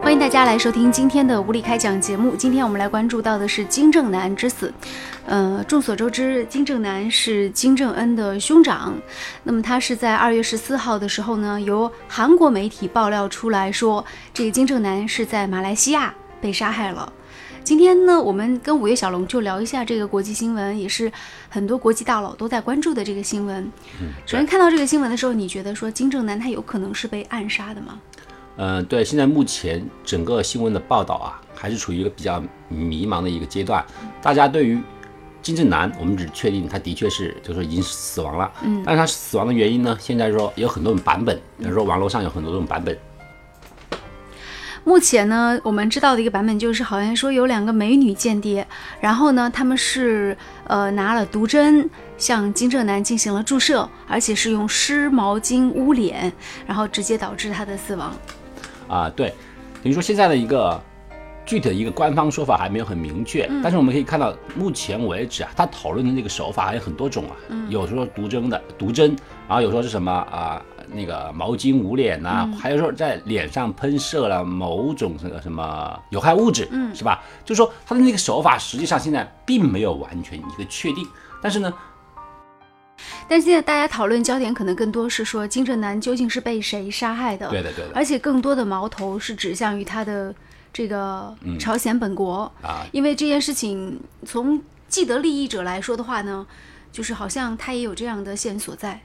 欢迎大家来收听今天的无理开讲节目。今天我们来关注到的是金正男之死。众所周知，金正男是金正恩的兄长。那么他是在2月14号的时候呢，由韩国媒体爆料出来说，这个金正男是在马来西亚被杀害了。今天呢，我们跟午夜小龙就聊一下这个国际新闻，也是很多国际大佬都在关注的这个新闻。首先看到这个新闻的时候，你觉得说金正男他有可能是被暗杀的吗？ 对，现在目前整个新闻的报道啊，还是处于一个比较迷茫的一个阶段。大家对于金正男，我们只确定他的确是，就是说已经死亡了。但是他死亡的原因呢，现在说有很多种版本，比如说网络上有很多种版本。 目前呢，我们知道的一个版本就是，好像说有2个美女间谍，然后呢，他们是拿了毒针向金正男进行了注射，而且是用湿毛巾捂脸，然后直接导致他的死亡。 对，等于说现在的一个具体的一个官方说法还没有很明确，但是我们可以看到，目前为止啊，他讨论的这个手法还有很多种啊，有说毒针，然后有说是什么那个毛巾捂脸啊，还有说在脸上喷射了某种这个什么有害物质，是吧？就是说他的那个手法实际上现在并没有完全一个确定，但是现在大家讨论焦点可能更多是说金正男究竟是被谁杀害的， 对的， 而且更多的矛头是指向于他的这个朝鲜本国，因为这件事情从既得利益者来说的话呢，就是好像他也有这样的线索在。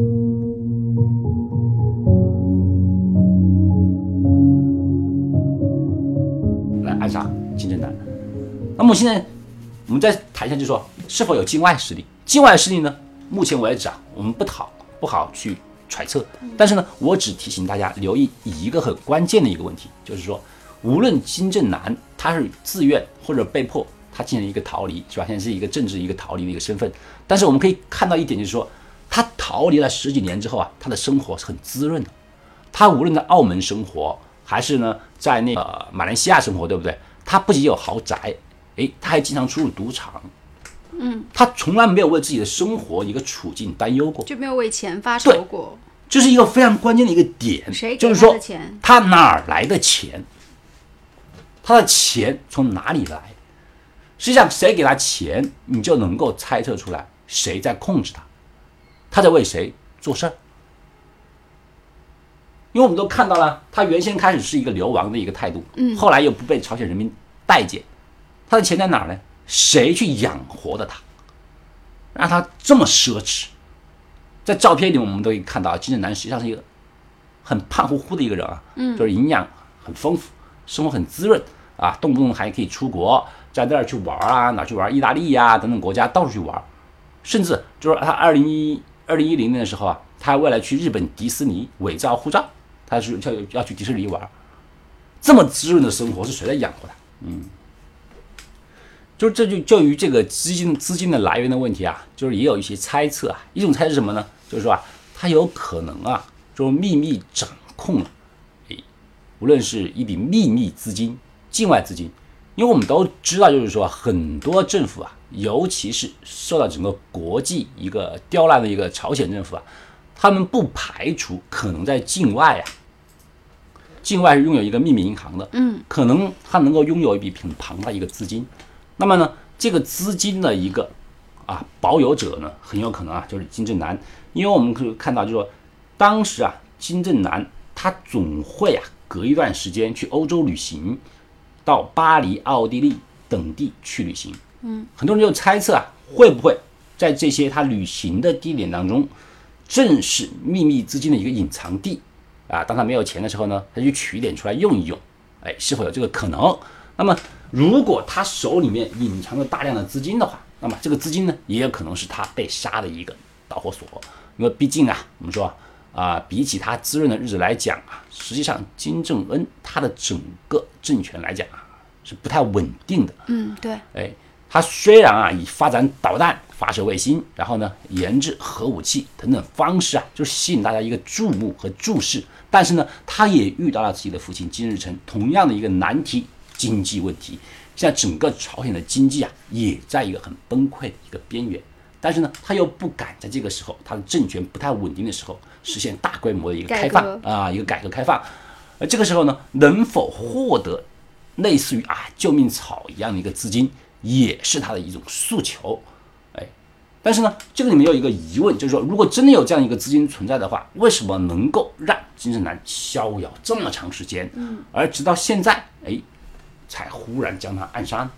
来暗杀金正男。那么现在我们再谈一下，就是说是否有境外势力？境外势力呢？目前为止啊，我们不好去揣测。但是呢，我只提醒大家留意一个很关键的一个问题，就是说，无论金正男他是自愿或者被迫，他进行一个逃离，是吧？现在是一个政治一个逃离的一个身份。但是我们可以看到一点，就是说，他逃离了10几年之后啊，他的生活是很滋润的。他无论在澳门生活，还是呢在那个马来西亚生活，对不对？他不仅有豪宅，他还经常出入赌场。他从来没有为自己的生活一个处境担忧过， 就没有为钱发愁过。 这是一个非常关键的一个点， 谁给就是说他哪儿来的钱？他的钱从哪里来？实际上，谁给他钱，你就能够猜测出来谁在控制他，他在为谁做事儿。因为我们都看到了，他原先开始是一个流亡的一个态度，后来又不被朝鲜人民待见，他的钱在哪儿呢？谁去养活的他，让他这么奢侈？在照片里我们都可以看到，金正男实际上是一个很胖乎乎的一个人啊，就是营养很丰富，生活很滋润啊，动不动还可以出国，在那儿去玩啊，哪去玩？意大利呀等等国家到处去玩，甚至就是他2010年的时候啊，他还为了去日本迪士尼伪造护照，他是要去迪士尼玩，这么滋润的生活是谁在养活他？就于这个资金的来源的问题啊，就是也有一些猜测啊。一种猜测是什么呢？就是说他有可能就秘密掌控了，无论是一笔秘密资金、境外资金，因为我们都知道，就是说很多政府啊，尤其是受到整个国际一个刁难的一个朝鲜政府啊，他们不排除可能在境外是拥有一个秘密银行的，可能他能够拥有一笔很庞大的一个资金。那么呢，这个资金的一个保有者呢，很有可能就是金正男，因为我们可以看到，就是说当时金正男他总会隔一段时间去欧洲旅行，到巴黎、奥地利等地去旅行。很多人就猜测会不会在这些他旅行的地点当中，正是秘密资金的一个隐藏地当他没有钱的时候呢，他就取一点出来用一用，是否有这个可能？那么如果他手里面隐藏着大量的资金的话，那么这个资金呢，也有可能是他被杀的一个导火索。因为毕竟我们说比起他滋润的日子来讲实际上金正恩他的整个政权来讲是不太稳定的。 对。 他虽然以发展导弹、发射卫星，然后呢研制核武器等等方式就是吸引大家一个注目和注视，但是呢，他也遇到了自己的父亲金日成同样的一个难题。经济问题，现在整个朝鲜的经济也在一个很崩溃的一个边缘，但是呢，他又不敢在这个时候，他的政权不太稳定的时候，实现大规模的一个开放一个改革开放。 而这个时候呢，能否获得类似于救命草一样的一个资金，也是他的一种诉求。但是呢，这个里面有一个疑问，就是说，如果真的有这样一个资金存在的话，为什么能够让金正男逍遥这么长时间，而直到现在，才忽然将他暗杀呢？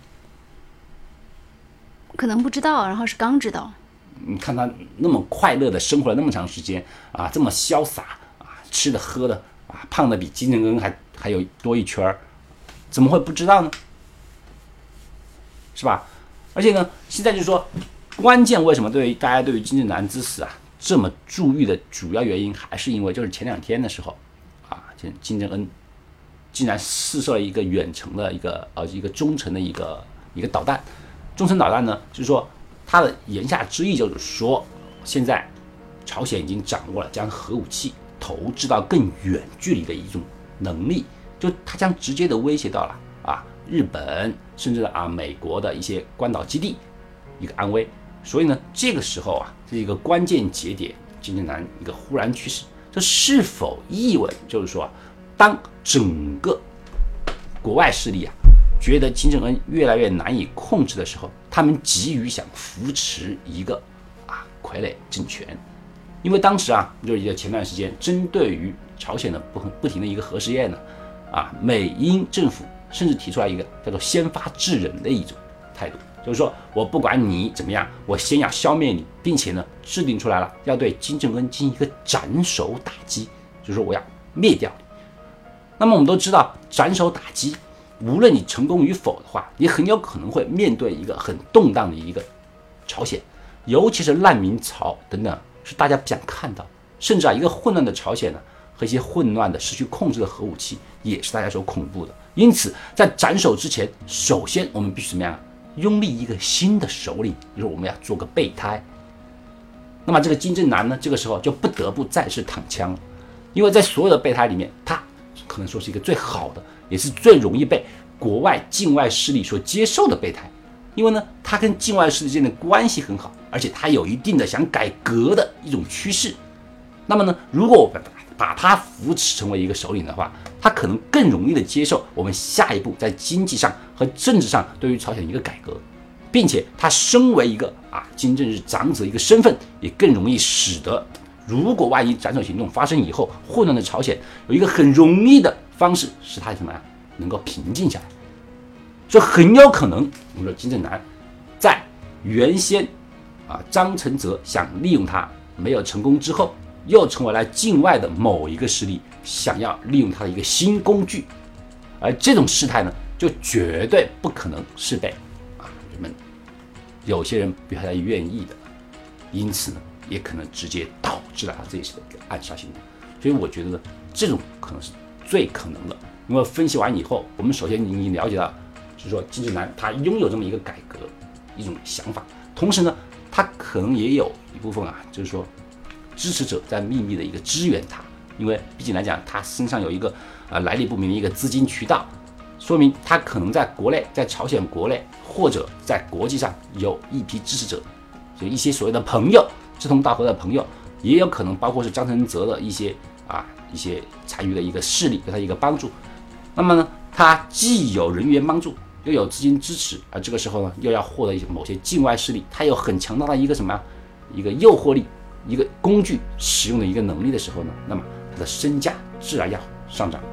可能不知道，然后是刚知道。 你看他那么快乐的生活了那么长时间这么潇洒吃的喝的胖的比金正恩还有多一圈，怎么会不知道呢？是吧？而且呢，现在就是说，关键为什么大家对于金正男之死这么注意的主要原因，还是因为就是前2天的时候金正恩竟然试射了一个远程的一个中程的一个导弹。中程导弹呢，就是说它的言下之意就是说，现在朝鲜已经掌握了将核武器投掷到更远距离的一种能力，就它将直接的威胁到了日本甚至美国的一些关岛基地一个安危。所以呢，这个时候这一个关键节点，金正男一个忽然去世，这是否意味就是说，当整个国外势力觉得金正恩越来越难以控制的时候，他们急于想扶持一个傀儡政权。因为当时就是前段时间针对于朝鲜的不停的一个核试验呢，美英政府甚至提出来一个叫做先发制人的一种态度，就是说我不管你怎么样，我先要消灭你，并且呢制定出来了要对金正恩进行一个斩首打击，就是说我要灭掉你。那么我们都知道，斩首打击无论你成功与否的话，也很有可能会面对一个很动荡的一个朝鲜，尤其是难民潮等等，是大家不想看到。甚至一个混乱的朝鲜呢，和一些混乱的失去控制的核武器，也是大家所恐怖的。因此，在斩首之前，首先我们必须怎么样？拥立一个新的首领，就是我们要做个备胎。那么这个金正男呢，这个时候就不得不再次躺枪了，因为在所有的备胎里面，他可能说是一个最好的，也是最容易被国外境外势力所接受的备胎。因为呢，他跟境外势力之间的关系很好，而且他有一定的想改革的一种趋势。那么呢，如果我们把他扶持成为一个首领的话，他可能更容易的接受我们下一步在经济上和政治上对于朝鲜的一个改革，并且他身为一个金正日长子的一个身份，也更容易使得如果万一斩首行动发生以后，混乱的朝鲜有一个很容易的方式使他能够平静下来。所以很有可能我们说金正男在原先张承泽想利用他没有成功之后，又成为了境外的某一个势力想要利用他的一个新工具，而这种事态呢，就绝对不可能是被人们有些人比较愿意的，因此呢，也可能直接导致了他这一次的一个暗杀行动。所以我觉得呢，这种可能是最可能的。因为分析完以后，我们首先已经了解到，就是说金正男他拥有这么一个改革一种想法，同时呢，他可能也有一部分就是说支持者在秘密的一个支援他，因为毕竟来讲，他身上有一个来历不明的一个资金渠道，说明他可能在国内，在朝鲜国内或者在国际上有一批支持者，就一些所谓的朋友，志同道合的朋友，也有可能包括是张承泽的一些参与的一个势力对他一个帮助。那么呢，他既有人员帮助，又有资金支持，而这个时候呢，又要获得某些境外势力，他有很强大的一个一个诱惑力，一个工具使用的一个能力的时候呢，那么他的身价自然要上涨。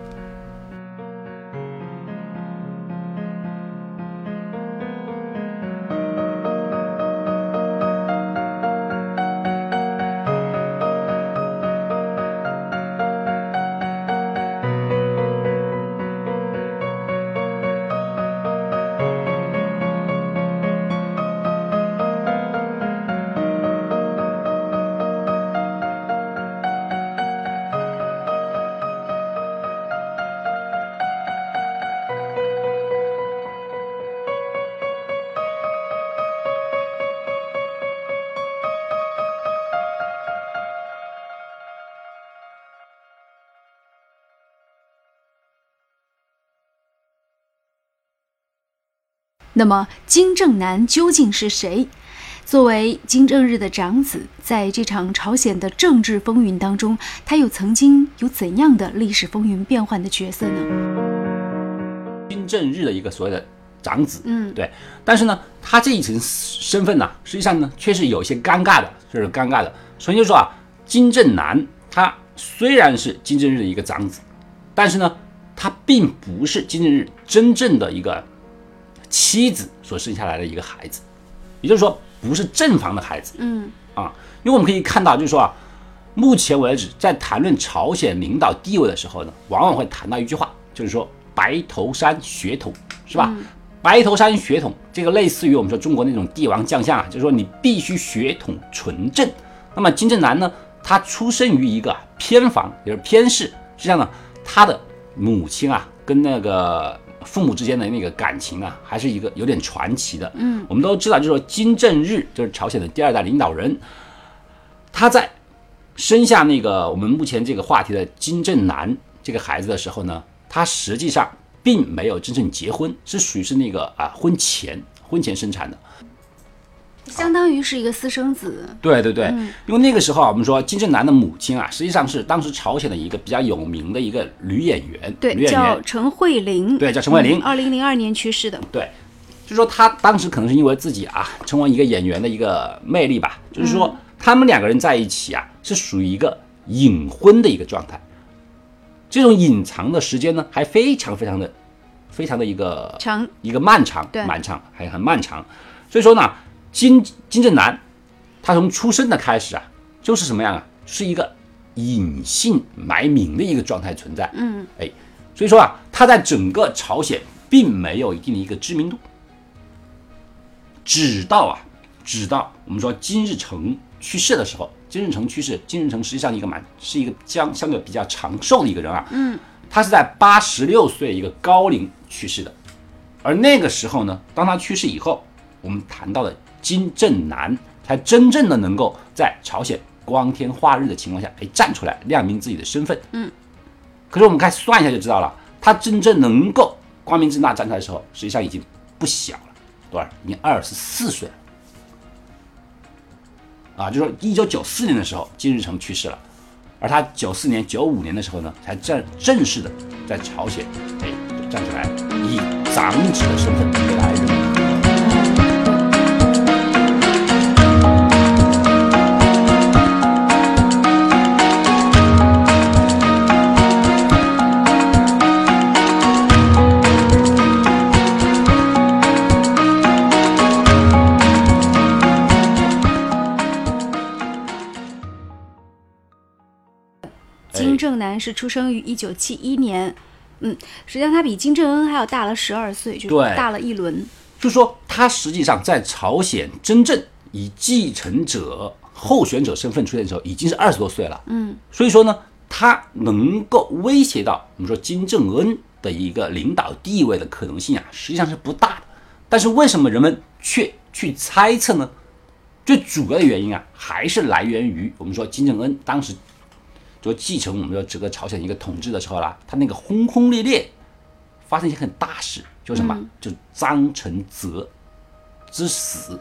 那么金正男究竟是谁？ 作为金正日的长子，在这场朝鲜的政治风云当中，他又曾经有怎样的历史风云变幻的角色呢？ 金正日的一个所谓的长子，对，但是呢，他这一层身份呢，实际上呢，却是有些尴尬的，就是尴尬的。首先就说啊，金正男他虽然是金正日的一个长子，但是呢，他并不是金正日真正的一个妻子所生下来的一个孩子，也就是说，不是正房的孩子。因为我们可以看到，就是说啊，目前为止在谈论朝鲜领导地位的时候呢，往往会谈到一句话，就是说白头山血统，是吧？白头山血统，这个类似于我们说中国那种帝王将相啊，就是说你必须血统纯正。那么金正男呢，他出生于一个偏房，也就是偏室。实际上呢，他的母亲啊，跟那个父母之间的那个感情啊，还是一个有点传奇的。我们都知道，就是说金正日就是朝鲜的第2代领导人，他在生下那个我们目前这个话题的金正男这个孩子的时候呢，他实际上并没有真正结婚，是属于是那个婚前生产的。 相当于是一个私生子。 对，因为那个时候啊，我们说金正男的母亲啊，实际上是当时朝鲜的一个比较有名的一个女演员， 对，叫陈慧琳， 对，叫陈慧琳 ，2002年去世的。 对，就是说她当时可能是因为自己啊成为一个演员的一个魅力吧，就是说他们2个人在一起啊，是属于一个隐婚的一个状态，这种隐藏的时间呢，还非常的一个长， 一个漫长，还很漫长。所以说呢，金正男他从出生的开始啊，就是什么样啊？是一个隐姓埋名的一个状态存在。所以说啊，他在整个朝鲜并没有一定的一个知名度，直到我们说金日成去世的时候，金日成实际上是一个相对比较长寿的一个人啊。他是在86岁一个高龄去世的，而那个时候呢，当他去世以后，我们谈到的金正男才真正的能够在朝鲜光天化日的情况下站出来亮明自己的身份。可是我们看算一下就知道了，他真正能够光明正大站出来的时候，实际上已经不小了，多少？已经24岁了。就是说1994年的时候，金日成去世了，而他94年、95年的时候呢，才正式的在朝鲜站出来，以长子的身份来认可。 金正男是出生于1971年，实际上他比金正恩还要大了12岁，就是大了一轮。 就是说，他实际上在朝鲜真正以继承者、候选者身份出现的时候，已经是20多岁了。所以说呢，他能够威胁到我们说金正恩的一个领导地位的可能性啊，实际上是不大的。但是为什么人们却去猜测呢？最主要的原因啊，还是来源于我们说金正恩当时就继承我们说整个朝鲜一个统治的时候啦，他那个轰轰烈烈发生一些很大事，就是什么？就是张承泽之死。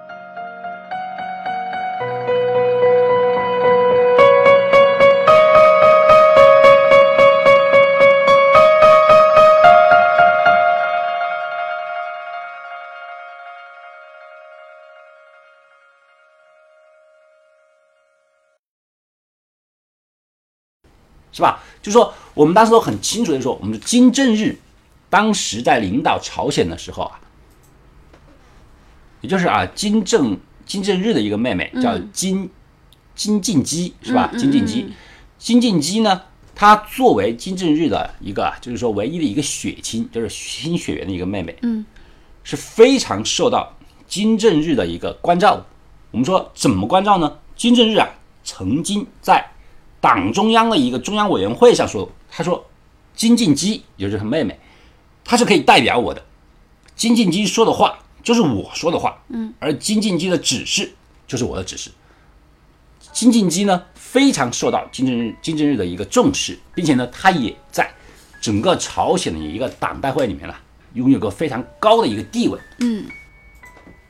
是吧？就是说，我们当时都很清楚的说，我们金正日当时在领导朝鲜的时候啊，也就是金正日的一个妹妹叫金敬基，是吧？金敬基呢，她作为金正日的一个就是说唯一的一个血亲，就是新血缘的一个妹妹，是非常受到金正日的一个关照的。我们说怎么关照呢？金正日啊，曾经在党中央的一个中央委员会上说，他说金敬基也就是他妹妹，她是可以代表我的，金敬基说的话就是我说的话，而金敬基的指示就是我的指示。金敬基呢非常受到金正日的一个重视，并且呢他也在整个朝鲜的一个党代会里面拥有个非常高的一个地位。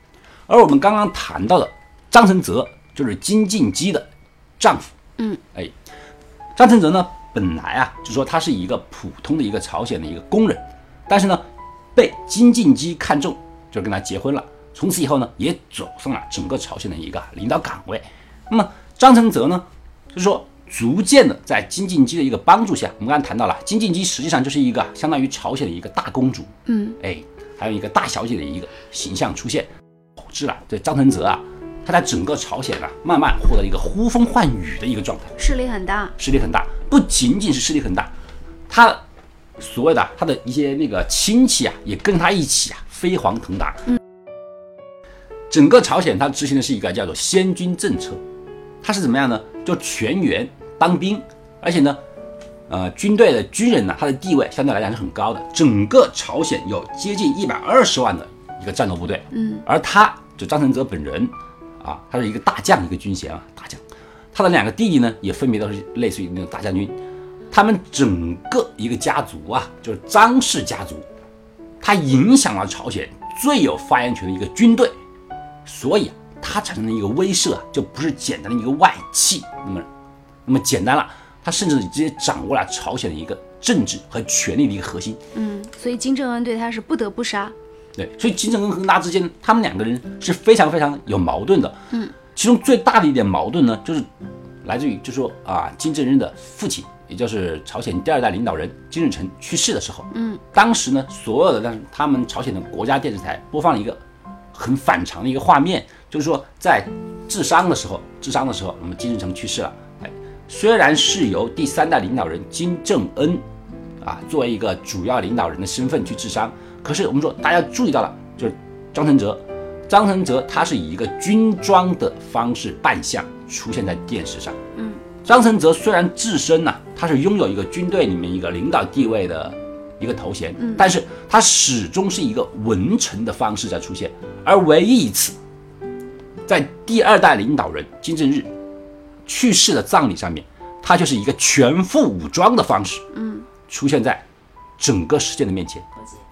而我们刚刚谈到的张承泽就是金敬基的丈夫。张承泽呢，本来啊，就说他是一个普通的一个朝鲜的一个工人，但是呢，被金敬基看中，就跟他结婚了。从此以后呢，也走上了整个朝鲜的一个领导岗位。那么张承泽呢，就是说逐渐的在金敬基的一个帮助下，我们刚才谈到了，金敬基实际上就是一个相当于朝鲜的一个大公主，还有一个大小姐的一个形象出现，导致了这张承泽啊，他在整个朝鲜啊，慢慢获得一个呼风唤雨的一个状态， 势力很大， 不仅仅是势力很大，他所谓的他的一些那个亲戚啊，也跟他一起啊飞黄腾达。整个朝鲜他执行的是一个叫做先军政策，他是怎么样呢？就全员当兵，而且呢，军队的军人呢，他的地位相对来讲是很高的。整个朝鲜有接近120万的一个战斗部队，而他就张承泽本人啊，他是一个大将，一个军衔啊，大将。他的2个弟弟呢，也分别都是类似于那种大将军。他们整个一个家族啊，就是张氏家族，他影响了朝鲜最有发言权的一个军队。所以它产生的一个威慑啊，就不是简单的一个外戚那么简单了，它甚至直接掌握了朝鲜的一个政治和权力的一个核心。 所以金正恩对他是不得不杀。 对，所以金正恩和他之间，他们2个人是非常非常有矛盾的。其中最大的一点矛盾呢，就是来自于就说啊，金正恩的父亲，也就是朝鲜第2代领导人金日成去世的时候，当时呢，所有的他们朝鲜的国家电视台播放了一个很反常的一个画面，就是说在治丧的时候，那么金日成去世了，虽然是由第3代领导人金正恩啊作为一个主要领导人的身份去治丧，可是我们说大家注意到了，就是张承泽他是以一个军装的方式扮相出现在电视上。张承泽虽然自身呢，他是拥有一个军队里面一个领导地位的一个头衔，但是他始终是一个文臣的方式在出现，而唯一一次在第2代领导人金正日去世的葬礼上面，他就是一个全副武装的方式，出现在整个世界的面前。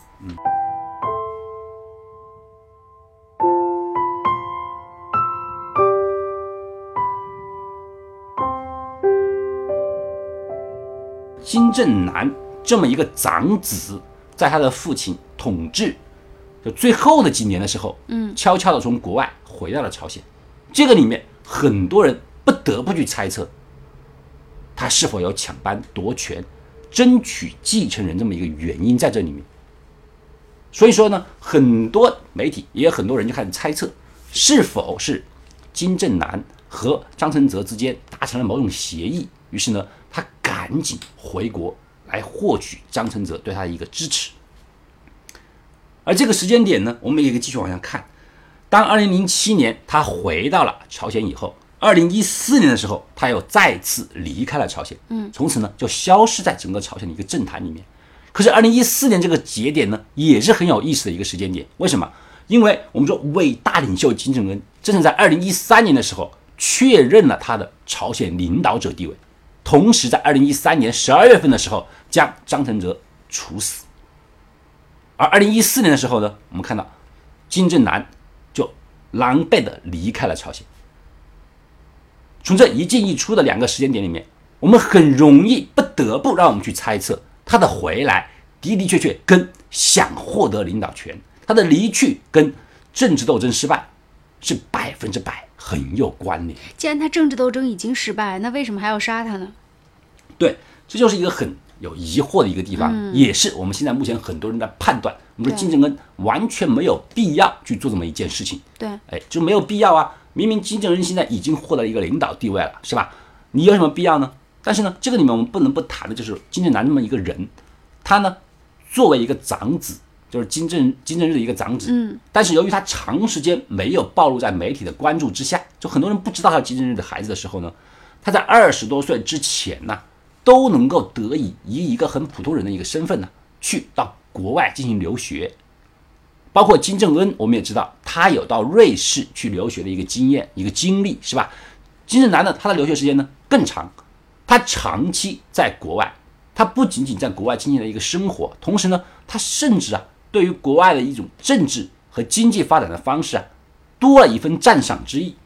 金正男这么一个长子，在他的父亲统治就最后的几年的时候，悄悄地从国外回到了朝鲜。这个里面很多人不得不去猜测，他是否有抢班夺权、争取继承人这么一个原因在这里面。所以说呢，很多媒体也有很多人就开始猜测，是否是金正男和张承泽之间达成了某种协议，于是呢，他赶紧回国来获取张承泽对他的一个支持。而这个时间点呢，我们也可以继续往下看。当2007年他回到了朝鲜以后，2014年的时候，他又再次离开了朝鲜，从此呢就消失在整个朝鲜的一个政坛里面。可是2014年这个节点呢，也是很有意思的一个时间点。为什么？因为我们说伟大领袖金正恩正是在2013年的时候确认了他的朝鲜领导者地位，同时在2013年12月份的时候将张承泽处死。而2014年的时候呢，我们看到金正男就狼狈地离开了朝鲜。从这一进一出的2个时间点里面，我们很容易不得不让我们去猜测，他的回来的确跟想获得领导权，他的离去跟政治斗争失败是100%很有关联。 既然他政治斗争已经失败，那为什么还要杀他呢？ 对，这就是一个很有疑惑的一个地方，也是我们现在目前很多人在判断，我们说金正恩完全没有必要去做这么一件事情。 对， 就没有必要啊！明明金正恩现在已经获得了一个领导地位了，是吧？你有什么必要呢？但是呢，这个里面我们不能不谈的就是金正男这么一个人，他呢作为一个长子，就是金正日的一个长子，但是由于他长时间没有暴露在媒体的关注之下，就很多人不知道他金正日的孩子的时候呢，他在20多岁之前呢，都能够得以一个很普通人的一个身份呢，去到国外进行留学。包括金正恩，我们也知道他有到瑞士去留学的一个经验、一个经历，是吧？金正男呢，他的留学时间呢更长，他长期在国外，他不仅仅在国外进行了一个生活，同时呢，他甚至对于国外的一种政治和经济发展的方式多了一份赞赏之意。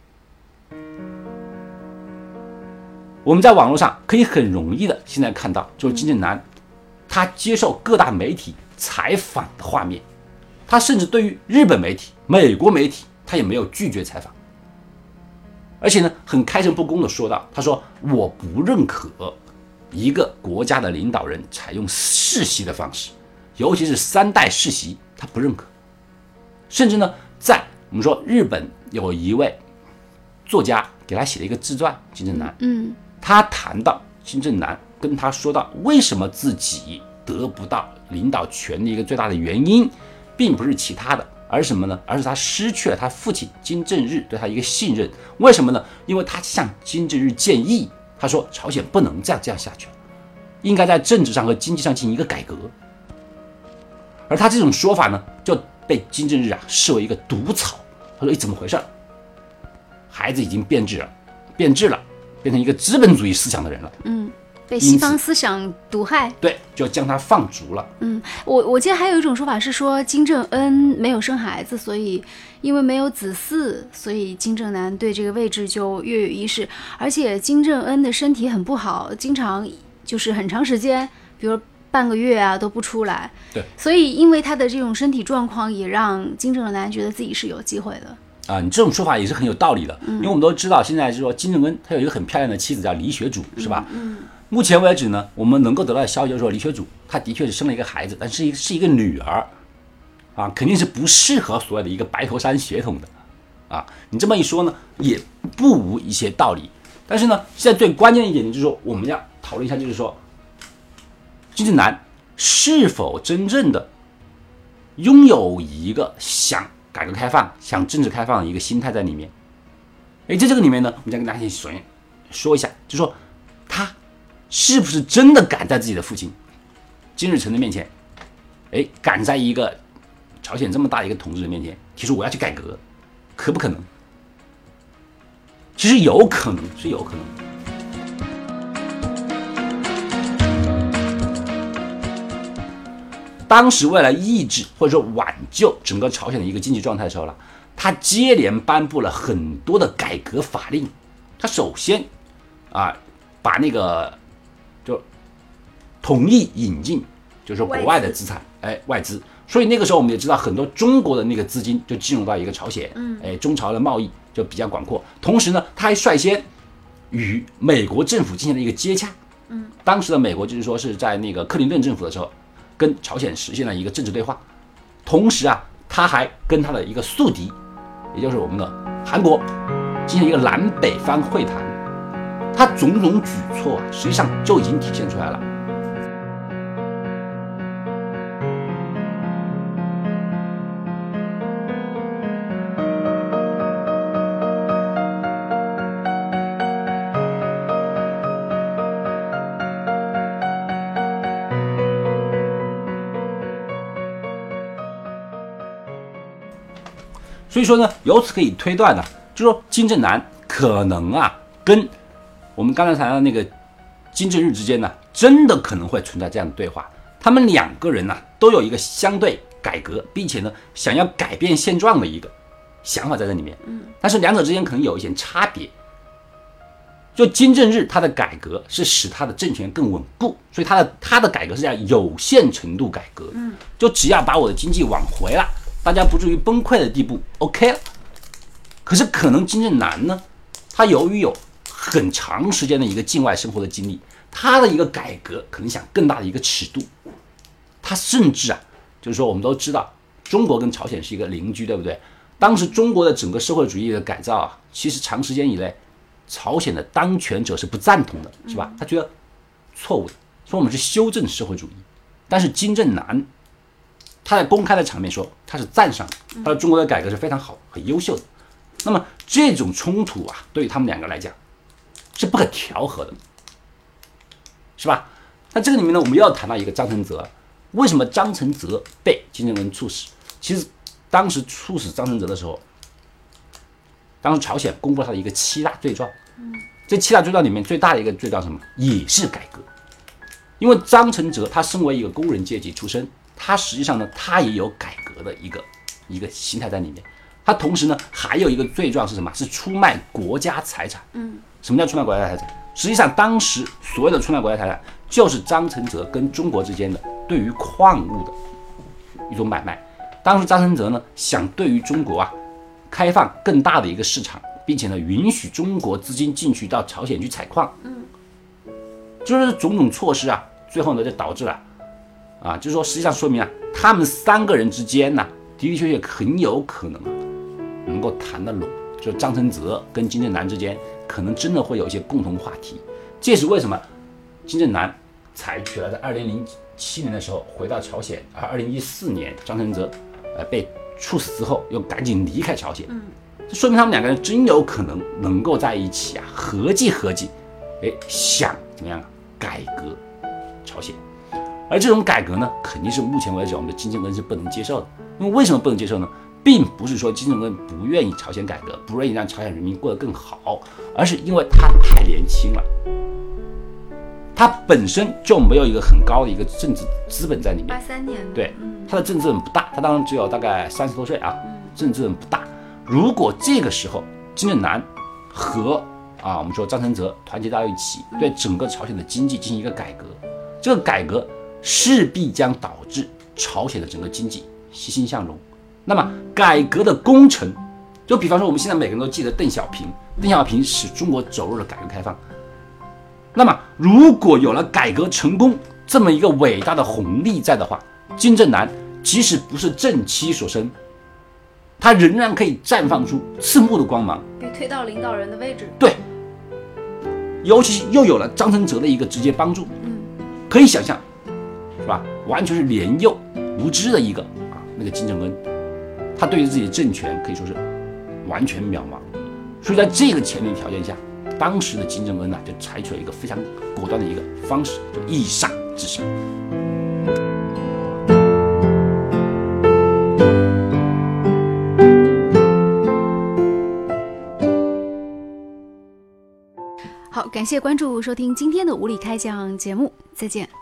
我们在网络上可以很容易的现在看到，就是金正男他接受各大媒体采访的画面，他甚至对于日本媒体、美国媒体，他也没有拒绝采访，而且呢，很开诚布公的说道，他说我不认可一个国家的领导人采用世袭的方式，尤其是3代世袭，他不认可。甚至呢，在我们说日本有一位作家给他写了一个自传，金正男，他谈到金正男跟他说到，为什么自己得不到领导权的一个最大的原因，并不是其他的，而是什么呢？而是他失去了他父亲金正日对他一个信任。为什么呢？因为他向金正日建议，他说朝鲜不能这样下去了，应该在政治上和经济上进行一个改革。而他这种说法呢，就被金正日视为一个毒草。他说：“怎么回事？孩子已经变质了，变成一个资本主义思想的人了。” 被西方思想毒害， 对，就将他放逐了。 我记得还有一种说法是说，金正恩没有生孩子，所以因为没有子嗣，所以金正男对这个位置就跃跃欲试。而且金正恩的身体很不好，经常就是很长时间，比如半个月都不出来。 对， 所以因为他的这种身体状况，也让金正男觉得自己是有机会的。 你这种说法也是很有道理的，因为我们都知道，现在就是说金正恩他有一个很漂亮的妻子叫李雪主，是吧？目前为止呢，我们能够得到的消息就是说，李雪主她的确是生了一个孩子，但是是一个女儿，肯定是不适合所谓的一个白头山血统的，你这么一说呢，也不无一些道理。但是呢，现在最关键的一点就是说，我们要讨论一下，就是说，金正男是否真正的拥有一个想改革开放、想政治开放的一个心态在里面。在这个里面呢，我们再跟大家首先说一下，就是说他是不是真的敢在自己的父亲金日成的面前，敢在一个朝鲜这么大的一个统治人面前提出我要去改革，可不可能？其实有可能，是有可能的。当时为了抑制或者说挽救整个朝鲜的一个经济状态的时候他接连颁布了很多的改革法令。他首先把那个就同意引进就是说国外的资产，外资。所以那个时候我们也知道，很多中国的那个资金就进入到一个朝鲜，中朝的贸易就比较广阔。同时呢，他还率先与美国政府进行了一个接洽。当时的美国就是说是在那个克林顿政府的时候，跟朝鲜实现了一个政治对话。同时他还跟他的一个宿敌，也就是我们的韩国，进行一个南北方会谈。他种种举措实际上就已经体现出来了。所以说呢，由此可以推断就是说金正男可能跟我们刚才谈到那个金正日之间真的可能会存在这样的对话。他们两个人都有一个相对改革，并且呢想要改变现状的一个想法在这里面。但是两者之间可能有一些差别。就金正日他的改革是使他的政权更稳固，所以他的改革是叫有限程度改革。就只要把我的经济挽回了，大家不至于崩溃的地步 OK 了。可是可能金正男呢，他由于有很长时间的一个境外生活的经历，他的一个改革可能想更大的一个尺度。他甚至就是说我们都知道中国跟朝鲜是一个邻居，对不对？当时中国的整个社会主义的改造其实长时间以来朝鲜的当权者是不赞同的，是吧？他觉得错误的，说我们是修正社会主义。但是金正男他在公开的场面说他是赞赏他的中国的改革是非常好很优秀的。那么这种冲突对于他们两个来讲是不可调和的，是吧？那这个里面呢，我们又要谈到一个张承泽。为什么张承泽被金正恩处死？其实当时处死张承泽的时候，当时朝鲜公布了他的一个7大罪状。这7大罪状里面最大的一个罪状是什么？也是改革。因为张承泽他身为一个工人阶级出身，他实际上呢，他也有改革的一个心态在里面。 他同时呢还有一个罪状是什么？是出卖国家财产。什么叫出卖国家财产？实际上当时所谓的出卖国家财产，就是张承泽跟中国之间的对于矿物的一种买卖。当时张承泽呢想对于中国开放更大的一个市场，并且呢允许中国资金进去到朝鲜去采矿。就是种种措施最后呢就导致了就是说实际上说明他们3个人之间呢的的确确很有可能能够谈得拢，就张承泽跟金正男之间可能真的会有一些共同话题。这也是为什么金正男采取了在2007年的时候回到朝鲜，而2014年张承泽被处死之后又赶紧离开朝鲜。这说明他们2个人真有可能能够在一起合计，想怎么样改革朝鲜。而这种改革呢，肯定是目前为止我们的金正恩是不能接受的。因为为什么不能接受呢？并不是说金正恩不愿意朝鲜改革，不愿意让朝鲜人民过得更好，而是因为他太年轻了，他本身就没有一个很高的一个政治资本在里面。 83年， 对，他的政治资本不大，他当然只有大概30多岁政治资本不大。如果这个时候金正男和我们说张承泽团结到一起，对整个朝鲜的经济进行一个改革，这个改革势必将导致朝鲜的整个经济欣欣向荣。那么改革的功臣，就比方说我们现在每个人都记得邓小平使中国走入了改革开放。那么如果有了改革成功这么一个伟大的红利在的话，金正男即使不是正妻所生，他仍然可以绽放出刺目的光芒， 被推到领导人的位置。 对，尤其又有了张承泽的一个直接帮助，可以想象，是吧？完全是年幼无知的一个那个金正恩，他对于自己的政权可以说是完全渺茫。所以在这个前提条件下，当时的金正恩就采取了一个非常果断的一个方式，就以杀制杀。 好，感谢关注收听今天的无理开讲节目，再见。